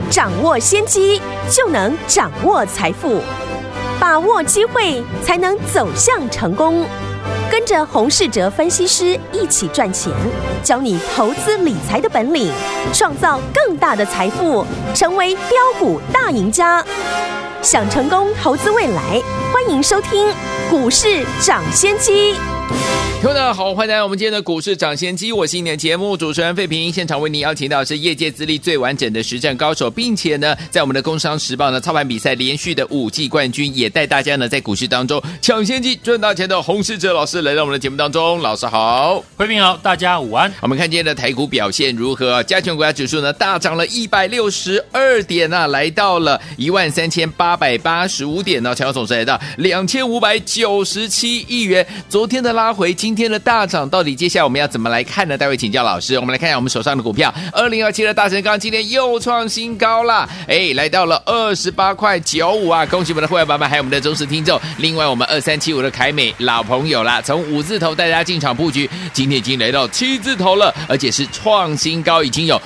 掌握先机，就能掌握财富。把握机会，才能走向成功。跟着洪士哲分析师一起赚钱，教你投资理财的本领，创造更大的财富，成为标股大赢家。想成功投资未来，欢迎收听股市涨先机。 听众大家好，欢迎来到我们今天的股市涨先机，我是今天的节目主持人费平。现场为您邀请到的是业界资历最完整的实战高手，并且呢，在我们的工商时报呢操盘比赛连续的5季冠军，也带大家呢在股市当中抢先机赚大钱的洪士哲老师来到我们的节目当中。老师好。 慧平好，大家午安。 我们看今天的台股表现如何？加权股价指数呢大涨了162点啊，来到了13885点呢，成交总值来到2597亿元。昨天的拉回，今天的大涨，到底接下来我们要怎么来看呢？待会请教老师。我们来看一下我们手上的股票，2027的大成钢今天又创新高啦，来到了28.95块啊！恭喜我们的会员爸爸，还有我们的忠实听众。另外，我们2375的凯美老朋友啦，从5字头带大家进场布局，今天已经来到7字头了，而且是创新高，已经有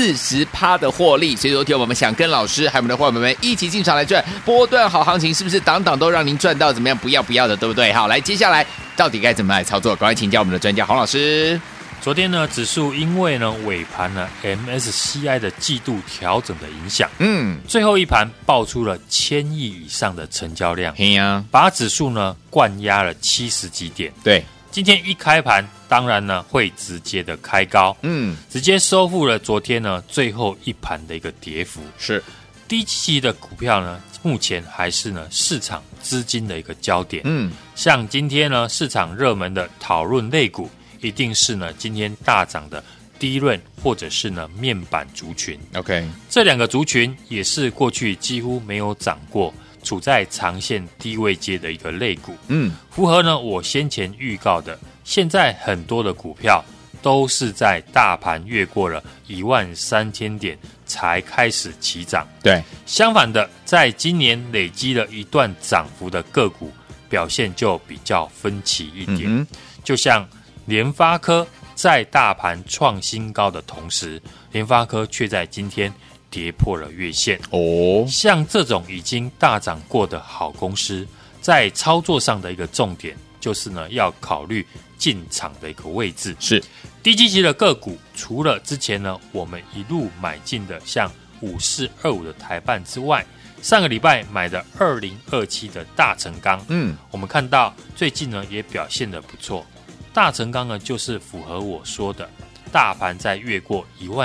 40%的获利。所以昨天我们想跟老师还有我们的会员们一起进场来赚波段好行情，是不是档档都让您赚到？怎么样？不要的，对不对？好，来接下来到底该怎么来操作？赶快请教我们的专家洪老师。 昨天呢，指数因为呢尾盘呢 MSCI 的季度调整的影响，最后一盘爆出了1000亿以上的成交量，把指数呢灌压了70几点。对，今天一开盘，当然呢会直接的开高，直接收复了昨天呢最后一盘的一个跌幅。是低期的股票呢，目前还是呢市场资金的一个焦点。像今天呢市场热门的讨论类股，一定是呢今天大涨的低润或者是呢面板族群。OK， 这两个族群也是过去几乎没有涨过，处在长线低位阶的一个类股。符合呢我先前预告的，现在很多的股票都是在大盘越过了13000点才开始起涨。对，相反的，在今年累积了一段涨幅的个股表现就比较分歧一点。就像联发科在大盘创新高的同时，联发科却在今天跌破了月线。像这种已经大涨过的好公司，在操作上的一个重点就是呢要考虑进场的一个位置。是低基期的个股，除了之前呢我们一路买进的像5425的台半之外，上个礼拜买的2027的大成钢，我们看到最近呢也表现得不错。大成钢呢就是符合我说的，大盘在越过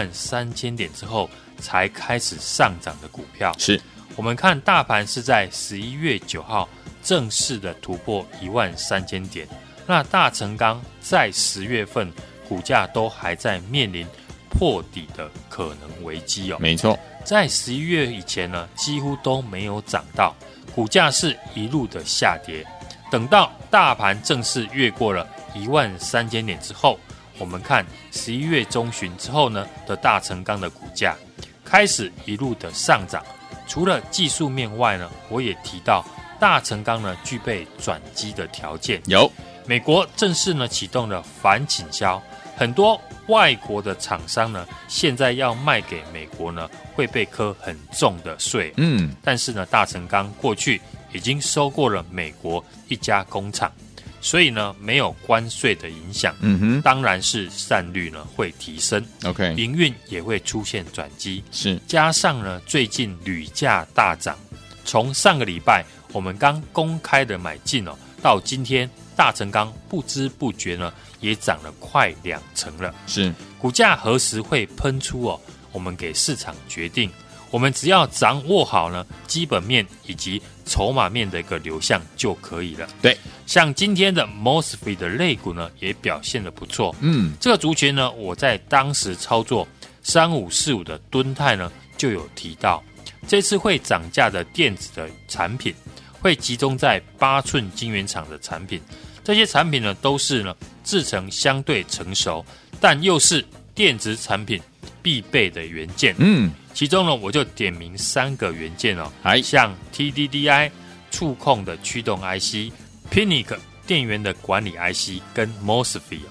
13000点之后才开始上涨的股票。是我们看大盘是在11月9号正式的突破13000点，那大成钢在10月份股价都还在面临破底的可能危机哦。没错，在11月以前呢几乎都没有涨到，股价是一路的下跌。等到大盘正式越过了13000点之后，我们看11月中旬之后呢的大成钢的股价开始一路的上涨。除了技术面外呢，我也提到大成钢呢具备转机的条件。有美国正式呢启动了反倾销，很多外国的厂商呢现在要卖给美国呢会被课很重的税。但是呢大成钢过去已经收购了美国一家工厂，所以呢没有关税的影响。当然是善率呢会提升。OK， 营运也会出现转机。是加上呢最近铝价大涨，从上个礼拜我们刚公开的买进哦，到今天大成钢不知不觉呢也涨了快20%了。是股价何时会喷出哦？我们给市场决定。我们只要掌握好呢基本面以及筹码面的一个流向就可以了。对，像今天的 MOSFET 的类股呢也表现得不错。这个族群呢我在当时操作3545的敦泰呢就有提到，这次会涨价的电子的产品会集中在8寸晶圆厂的产品，这些产品呢都是呢制程相对成熟，但又是电子产品必备的元件。其中呢我就点名3个元件哦，像 TDDI 触控的驱动 IC、PINIC 电源的管理 IC 跟 MOSFET。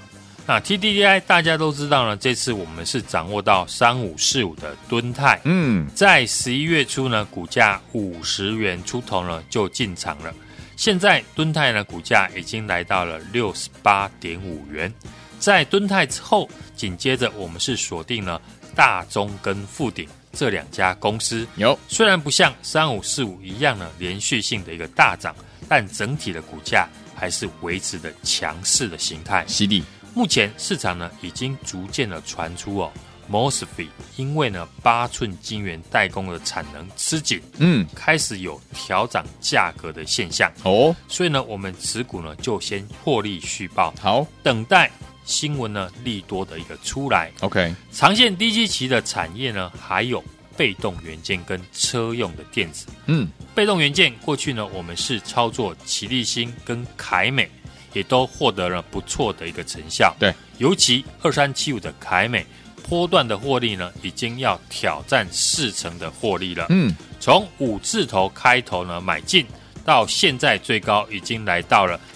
那 TDDI 大家都知道呢，这次我们是掌握到3545的敦泰，在11月初呢，股价50元出头呢就进场了。现在敦泰呢股价已经来到了 68.5 元。在敦泰之后，紧接着我们是锁定了大中跟富鼎这2家公司。虽然不像3545一样呢连续性的一个大涨，但整体的股价还是维持的强势的形态。 是的。 目前市场呢已经逐渐的传出MOSFET 因为呢8寸晶圆代工的产能吃紧，开始有调涨价格的现象。所以呢我们持股呢就先获利续报， 好， 等待新闻呢利多的一个出来。 OK， 长线低基期的产业呢还有被动元件跟车用的电子。被动元件过去呢我们是操作奇力新跟凯美，也都获得了不错的一个成效。 对， 尤其2375的凯美波段的获利呢，已经要挑战40%的获利了。从5字头开头呢买进，到现在最高已经来到了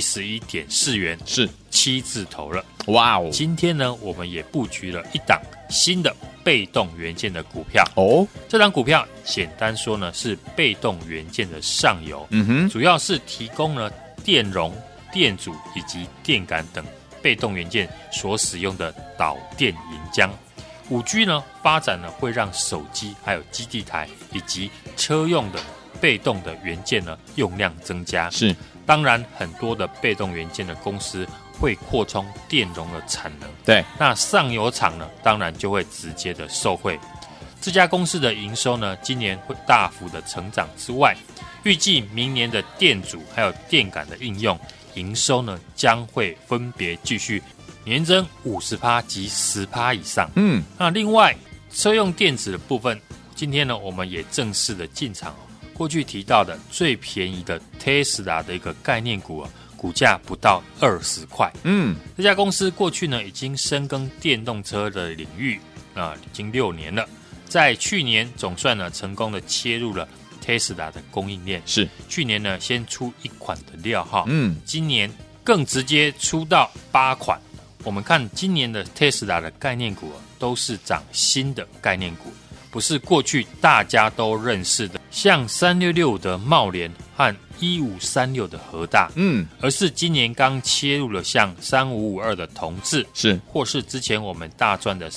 71.4元， 是 7字头了。 哇哦！ 今天呢，我们也布局了一档新的被动元件的股票。这档股票简单说呢，是被动元件的上游。主要是提供了电容、电阻以及电感等被动元件所使用的导电银浆。5G 呢发展呢会让手机还有基地台以及车用的被动的元件呢用量增加。 是， 当然很多的被动元件的公司会扩充电容的产能。 对， 那上游厂呢当然就会直接的受惠。这家公司的营收呢今年会大幅的成长之外，预计明年的电阻还有电感的应用营收呢将会分别继续年增 50% 及 10% 以上。那另外车用电子的部分，今天呢我们也正式的进场。过去提到的最便宜的 Tesla 的一个概念股股价不到20块。这家公司过去呢已经深耕电动车的领域已经6年了，在去年总算呢成功的切入了 Tesla 的供应链。 是， 去年呢先出1款的料号，今年更直接出到8款。我们看今年的 Tesla 的概念股都是涨新的概念股，不是过去大家都认识的像3665的茂联和1536的和大，而是今年刚切入了像3552的同致， 是，或是之前我们大赚的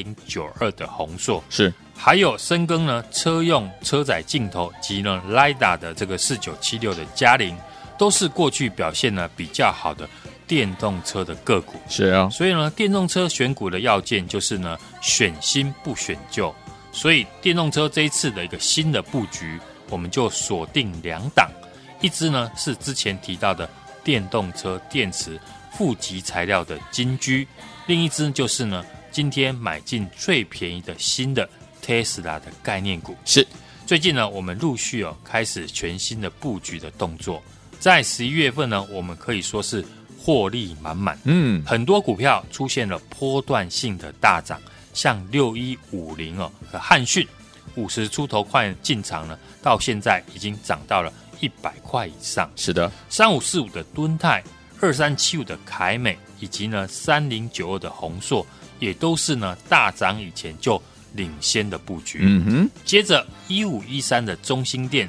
3092的宏硕， 是， 还有深耕呢车用车载镜头及呢 LiDAR 的这个4976的嘉陵，都是过去表现呢比较好的电动车的个股。 是啊， 所以呢电动车选股的要件就是呢选新不选旧。所以电动车这一次的一个新的布局，我们就锁定2档，一支呢是之前提到的电动车电池负极材料的金居，另一支就是呢今天买进最便宜的新的 Tesla 的概念股。 是， 最近呢我们陆续开始全新的布局的动作，在11月份呢我们可以说是获利满满。很多股票出现了波段性的大涨，像6150和汉讯50出头块进场呢，到现在已经涨到了100块以上。 是的 ，3545的敦泰、2375的凯美以及呢3092的宏硕，也都是呢大涨以前就领先的布局。接着1513的中兴电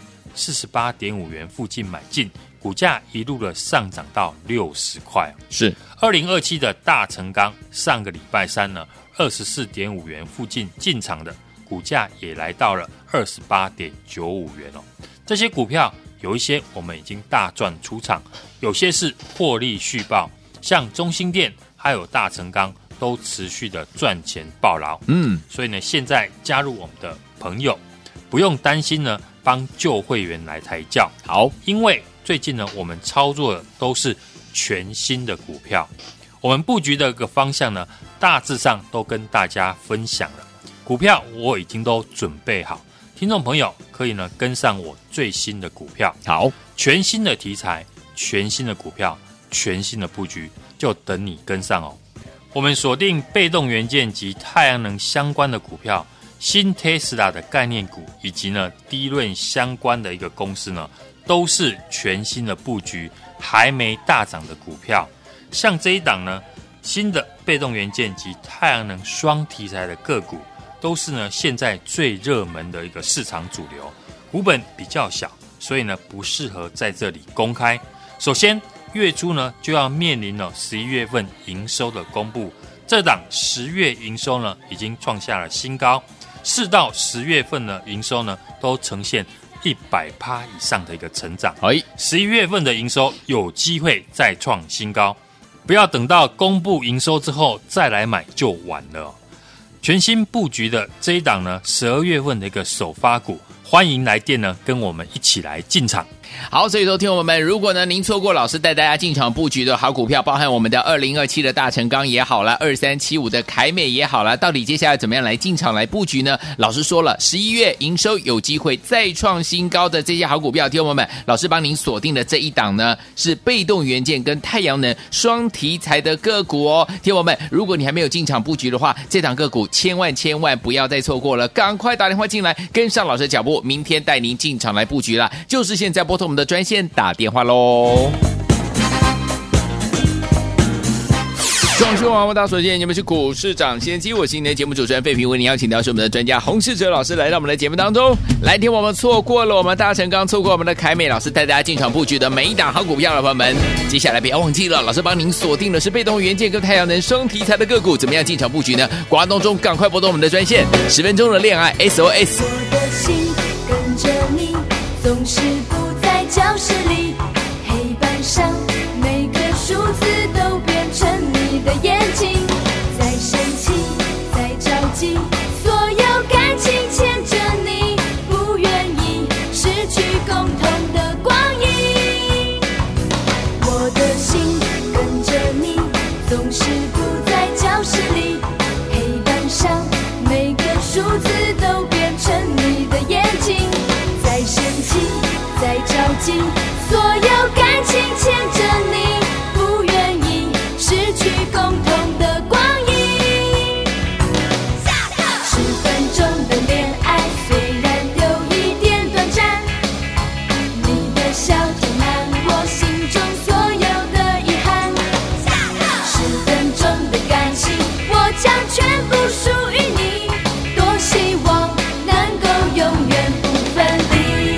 48.5元附近买进，股价一路的上涨到60块。 是 2027的大成钢，上个礼拜三呢24.5元附近进场的，股价也来到了28.95元这些股票有一些我们已经大赚出场，有些是获利续报，像中兴电还有大成钢都持续的赚钱抱牢。所以呢现在加入我们的朋友不用担心呢帮旧会员来抬轿。好，因为最近呢我们操作的都是全新的股票，我们布局的一个方向呢大致上都跟大家分享了，股票我已经都准备好，听众朋友可以呢跟上我最新的股票。好，全新的题材，全新的股票，全新的布局，就等你跟上我们锁定被动元件及太阳能相关的股票，新 Tesla 的概念股，以及呢低润相关的一个公司呢，都是全新的布局，还没大涨的股票。像这一档呢新的被动元件及太阳能双题材的个股，都是呢现在最热门的一个市场主流，股本比较小，所以呢不适合在这里公开。首先月初呢就要面临了11月份营收的公布，这档10月营收呢已经创下了新高，4到10月份呢营收呢都呈现100%以上的一个成长，11月份的营收有机会再创新高，不要等到公布营收之后再来买就晚了。全新布局的这一档呢12月份的一个首发股，欢迎来电呢跟我们一起来进场。 好，所以说听众朋友们，如果呢您错过老师带大家进场布局的好股票，包含我们的2027的大成钢也好了，2375的凯美也好了，到底接下来怎么样来进场来布局呢？老师说了，11月营收有机会再创新高的这些好股票，听众朋友们，老师帮您锁定的这一档呢是被动元件跟太阳能双题材的个股哦。听众朋友们，如果你还没有进场布局的话，这档个股千万不要再错过了，赶快打电话进来跟上老师的脚步，明天带您进场来布局啦，就是现在拨通我们的专线打电话咯。双讯网大所见，你们是股市涨先机，我是你的节目主持人费平，为您邀请到是我们的专家洪士哲老师来到我们的节目当中。来听我们错过了我们大成钢，错过我们的凯美老师带大家进场布局的每一档好股票的朋友们，接下来不要忘记了，老师帮您锁定的是被动元件跟太阳能双题材的个股，怎么样进场布局呢？广告当中赶快拨动我们的专线，10分钟的恋爱 SOS。 我的心跟着你，总是不在教室里，黑板上每个数字都变成你的眼睛，在生气，在着急，所有感情牵着你，不愿意失去共同的光阴。我的心跟着你，总是不在教室里，黑板上每个数字都变成你的眼睛，在生气，在着急，所有感情牵着你，不愿意失去共同的光阴。10分钟的恋爱虽然有一点短暂，你的笑填满我心中所有的遗憾。10分钟的感情，我将全部属于你，多希望能够永远不分离。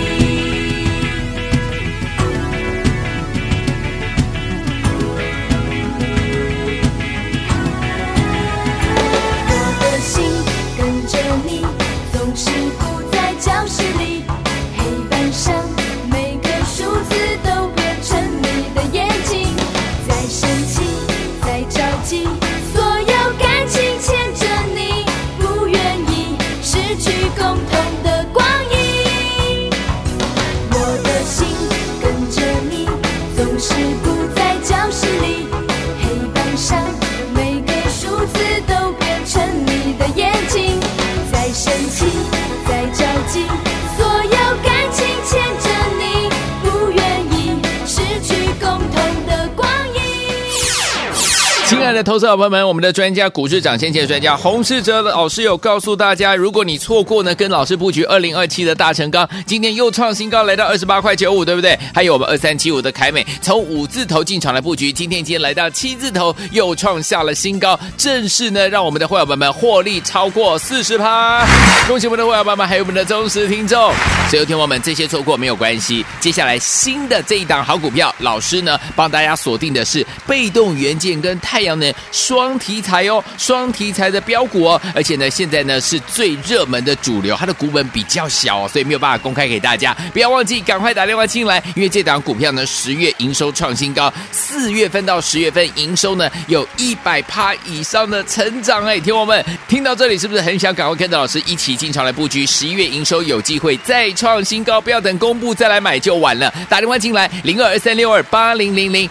我的心跟着你，总是不在教室里，黑板上每个数字都变成你的眼睛，在生气，在着急，所有感情牵着你，不愿意失去共同的光阴。我的心跟着你，总是不在教室里，黑板上每个数字都变成你的眼睛，在生气，在着急，所有感情牵着你，不愿意失去共同的光阴。 亲爱的投资者朋友们，我们的专家股市涨先机的专家洪士哲老师有告诉大家，如果你错过呢跟老师布局2027的大成钢，今天又创新高来到28.95块，对不对？还有我们2375的凯美，从5字头进场来布局，今天来到7字头，又创下了新高，正式呢让我们的会员朋友们获利超过40%。恭喜我们的会员朋友们，还有我们的忠实听众。所有听众们，这些错过没有关系，接下来新的这一档好股票，老师呢帮大家锁定的是被动元件跟太阳能双题材哦，双题材的标股哦，而且呢现在呢是最热门的主流，它的股本比较小哦，所以没有办法公开给大家，不要忘记赶快打电话进来，因为这档股票呢10月营收创新高，4月份到10月份营收呢有100%以上的成长哎，听我们听到这里是不是很想赶快跟着老师一起进场来布局？11月营收有机会再创新高，不要等公布再来买就晚了，打电话进来0223628000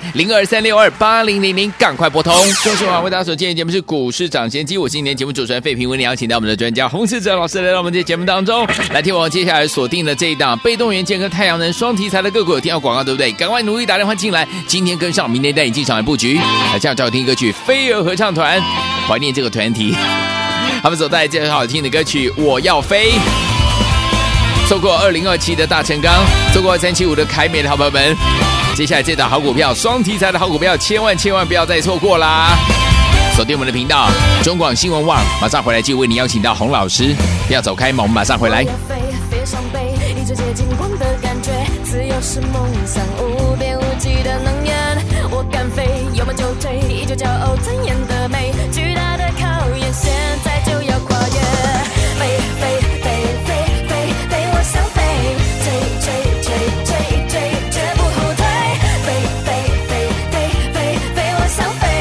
0223628000，赶快拨通。恭喜为大家所建议节目是股市涨先机，我是今年节目主持人费平，为您邀请到我们的专家洪士哲老师来到我们这节目当中，来听我接下来锁定的这一档被动元件跟太阳能双题材的个股，有听到广告对不对？赶快努力打电话进来，今天跟上，明天带你进场来布局。来这样找听歌曲飞儿合唱团，怀念这个团体，他们所带来这好听的歌曲《我要飞》。错过2027的大成钢，错过375的凯美的好朋友们，接下来这档好股票，双题材的好股票，千万不要再错过啦！ 锁定我们的频道中广新闻网，马上回来就为你邀请到洪老师，不要走开，我们马上回来。 飞上北，一直接近光的感觉，自由是梦想，无边无际的能源。我敢飞，有梦就追，依旧骄傲尊严的美，巨大的考验，现在就要跨越。飞飞飞飞飞飞，我想飞，追追追追追，绝不后退。飞飞飞飞飞飞，我想飞。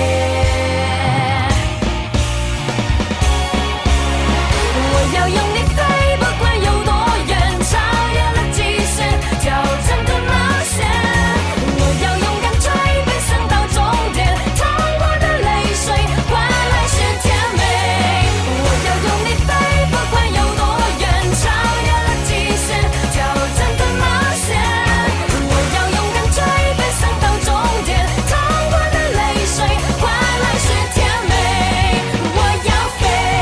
我要用力飞，不管有多远，超越了极限，挑战的冒险。我要勇敢追，奔向到终点，淌过的泪水换来是甜美。我要用力飞，不管有多远，超越了极限，挑战的冒险。我要勇敢追，奔向到终点，淌过的泪水换来是甜美。我要飞。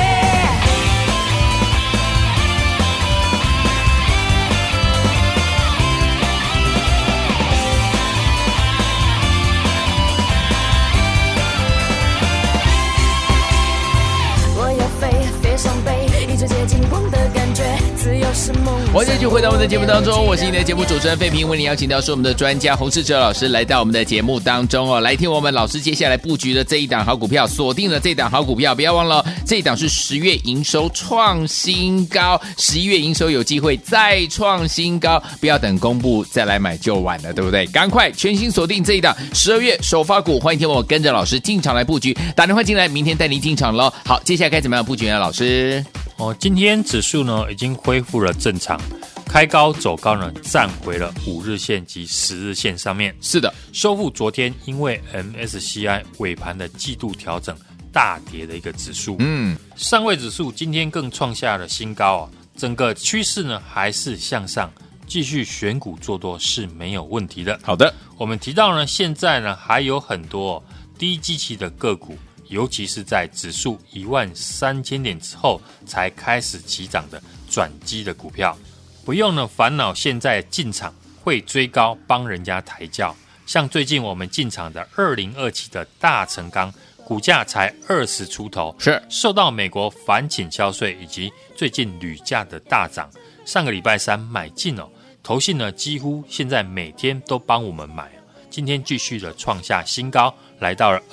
我要飞，飞上北，一直接近光的感觉，自由是梦想。 欢迎继续回到我们的节目当中，我是你的节目主持人费平，为你邀请到是我们的专家洪士哲老师来到我们的节目当中哦，来听我们老师接下来布局的这一档好股票，锁定了这档好股票，不要忘了这一档是10月营收创新高，11月营收有机会再创新高，不要等公布再来买就晚了，对不对？赶快全新锁定这一档12月首发股，欢迎听我跟着老师进场来布局，打电话进来，明天带您进场咯。好，接下来该怎么样布局呢？老师？ 今天指数呢已经恢复了正常，开高走高呢，站回了5日线及10日线上面。 是的， 收复昨天因为 MSCI 尾盘的季度调整大跌的一个指数。上柜指数今天更创下了新高啊，整个趋势呢还是向上，继续选股做多是没有问题的。 好的， 我们提到呢，现在呢还有很多低基期的个股，尤其是在指数13000点之后才开始起涨的转机的股票，不用呢烦恼现在进场会追高帮人家抬轿。像最近我们进场的2027的大成钢，股价才20出头， 是受到美国反倾销税以及最近铝价的大涨，上个礼拜三买进哦，投信呢几乎现在每天都帮我们买，今天继续的创下新高，来到了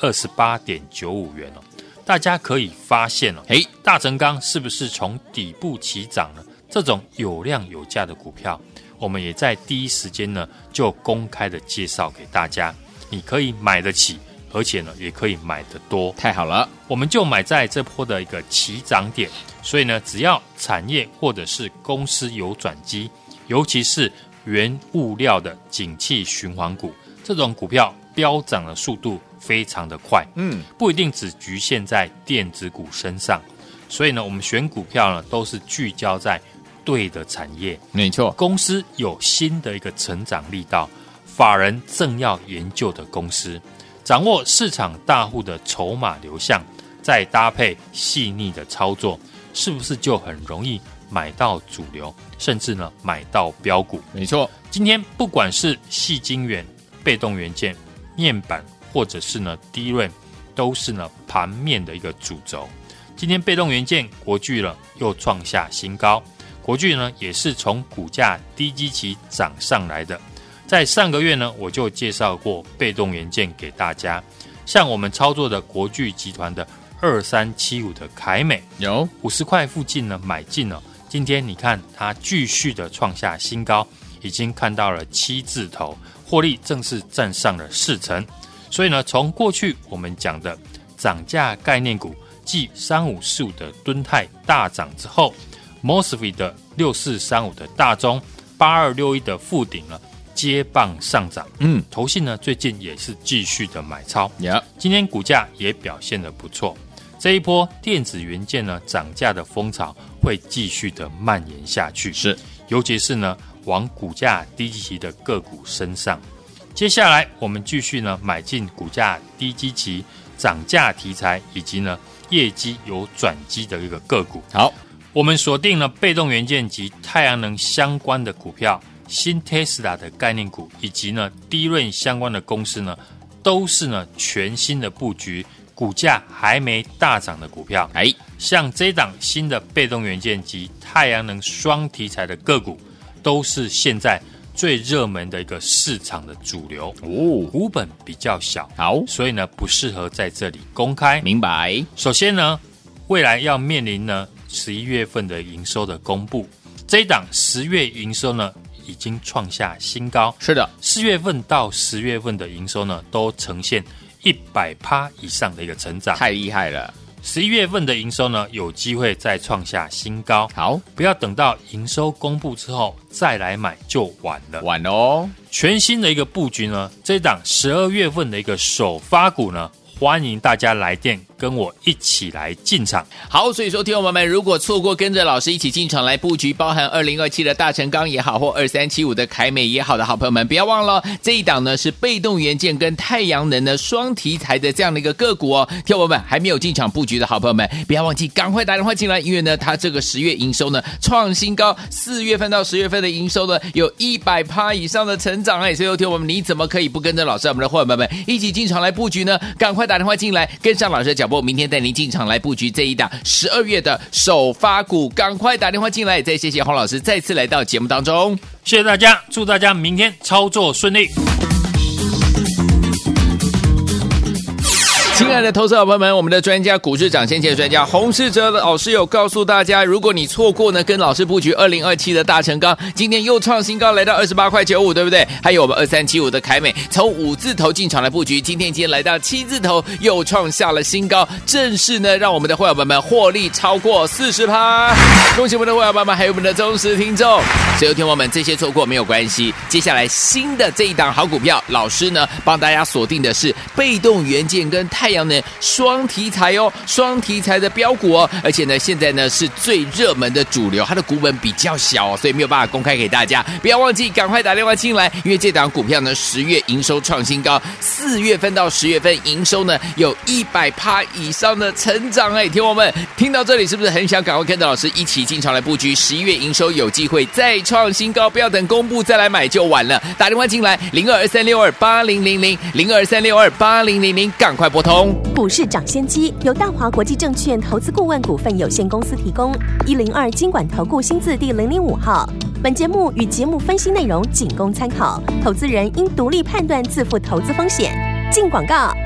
28.95元哦。大家可以发现哦，大成钢是不是从底部起涨呢？这种有量有价的股票，我们也在第一时间呢就公开的介绍给大家，你可以买得起，而且呢也可以买得多。 太好了， 我们就买在这波的一个起涨点，所以呢只要产业或者是公司有转机，尤其是原物料的景气循环股，这种股票飙涨的速度非常的快，不一定只局限在电子股身上，所以呢我们选股票呢都是聚焦在对的产业， 没错， 公司有新的一个成长力道，法人正要研究的公司，掌握市场大户的筹码流向，再搭配细腻的操作，是不是就很容易买到主流，甚至呢买到标股？ 没错， 今天不管是矽晶圆、被动元件、面板，或者是呢低润，都是呢盘面的一个主轴。今天被动元件国巨了又创下新高，国巨呢也是从股价低基期涨上来的。在上个月呢我就介绍过被动元件给大家，像我们操作的国巨集团的2375的凯美， 有 50块附近呢买进了，今天你看它继续的创下新高，已经看到了7字头，获利正是站上了40%。所以呢，从过去我们讲的涨价概念股，继3545的敦泰大涨之后， Mosfet 的6435的大中，8261的富鼎呢接棒上涨。投信呢最近也是继续的买超，今天股价也表现得不错。这一波电子元件呢涨价的风潮会继续的蔓延下去， 是， 尤其是呢往股价低基期的个股身上。接下来我们继续呢买进股价低基期、涨价题材以及呢业绩有转机的一个个股。 好， 我们锁定了被动元件及太阳能相关的股票，新 Tesla 的概念股以及呢低润相关的公司呢，都是呢全新的布局， 股价还没大涨的股票，像这档新的被动元件及太阳能双题材的个股，都是现在最热门的一个市场的主流股本比较小，所以呢不适合在这里公开。 明白。 首先呢，未来要面临呢11月份的营收的公布，这一档10月营收呢已经创下新高， 是的 ，4月份到10月份的营收呢都呈现100%以上的一个成长， 太厉害了。 11月份的营收呢，有机会再创下新高。 好， 不要等到营收公布之后再来买就晚了。 晚哦。 全新的一个布局呢，这档12月份的一个首发股呢，欢迎大家来电跟我一起来进场。 好，所以说听众朋友们，如果错过跟着老师一起进场来布局，包含2027的大成钢也好，或2375的凯美也好的好朋友们，不要忘了这一档呢是被动元件跟太阳能的双题材的这样的一个个股哦。听众朋友们还没有进场布局的好朋友们，不要忘记赶快打电话进来，因为呢它这个10月营收呢创新高，4月份到10月份的营收呢有100%以上的成长哎，所以听众朋友们，你怎么可以不跟着老师我们的伙伴们一起进场来布局呢？赶快打电话进来，跟上老师的脚步，明天带您进场来布局这一档12月的首发股，赶快打电话进来。再谢谢黄老师再次来到节目当中， 谢谢大家，祝大家明天操作顺利。 亲爱的投资者朋友们，我们的专家股市涨先见专家洪士哲老师有告诉大家，如果你错过呢跟老师布局2027的大成钢，今天又创新高来到28.95块，对不对？还有我们2375的凯美，从5字头进场来布局，今天来到7字头，又创下了新高，正式呢让我们的会员朋友们获利超过40%。恭喜我们的会员朋友们，还有我们的忠实听众。所有听众们，这些错过没有关系，接下来新的这一档好股票，老师呢帮大家锁定的是被动元件跟太阳能双题材哦，双题材的标股哦，而且呢现在呢是最热门的主流，它的股本比较小哦，所以没有办法公开给大家。不要忘记赶快打电话进来，因为这档股票呢10月营收创新高，4月份到10月份营收呢有100%以上的成长哎，听我们听到这里是不是很想赶快跟着老师一起进场来布局？11月营收有机会再创新高，不要等公布再来买就晚了。打电话进来0223628000 0223628000，赶快拨通。 股市涨先机由大华国际证券投资顾问股份有限公司提供，102金管投顾新字第005号。本节目与节目分析内容仅供参考，投资人应独立判断，自负投资风险。进广告。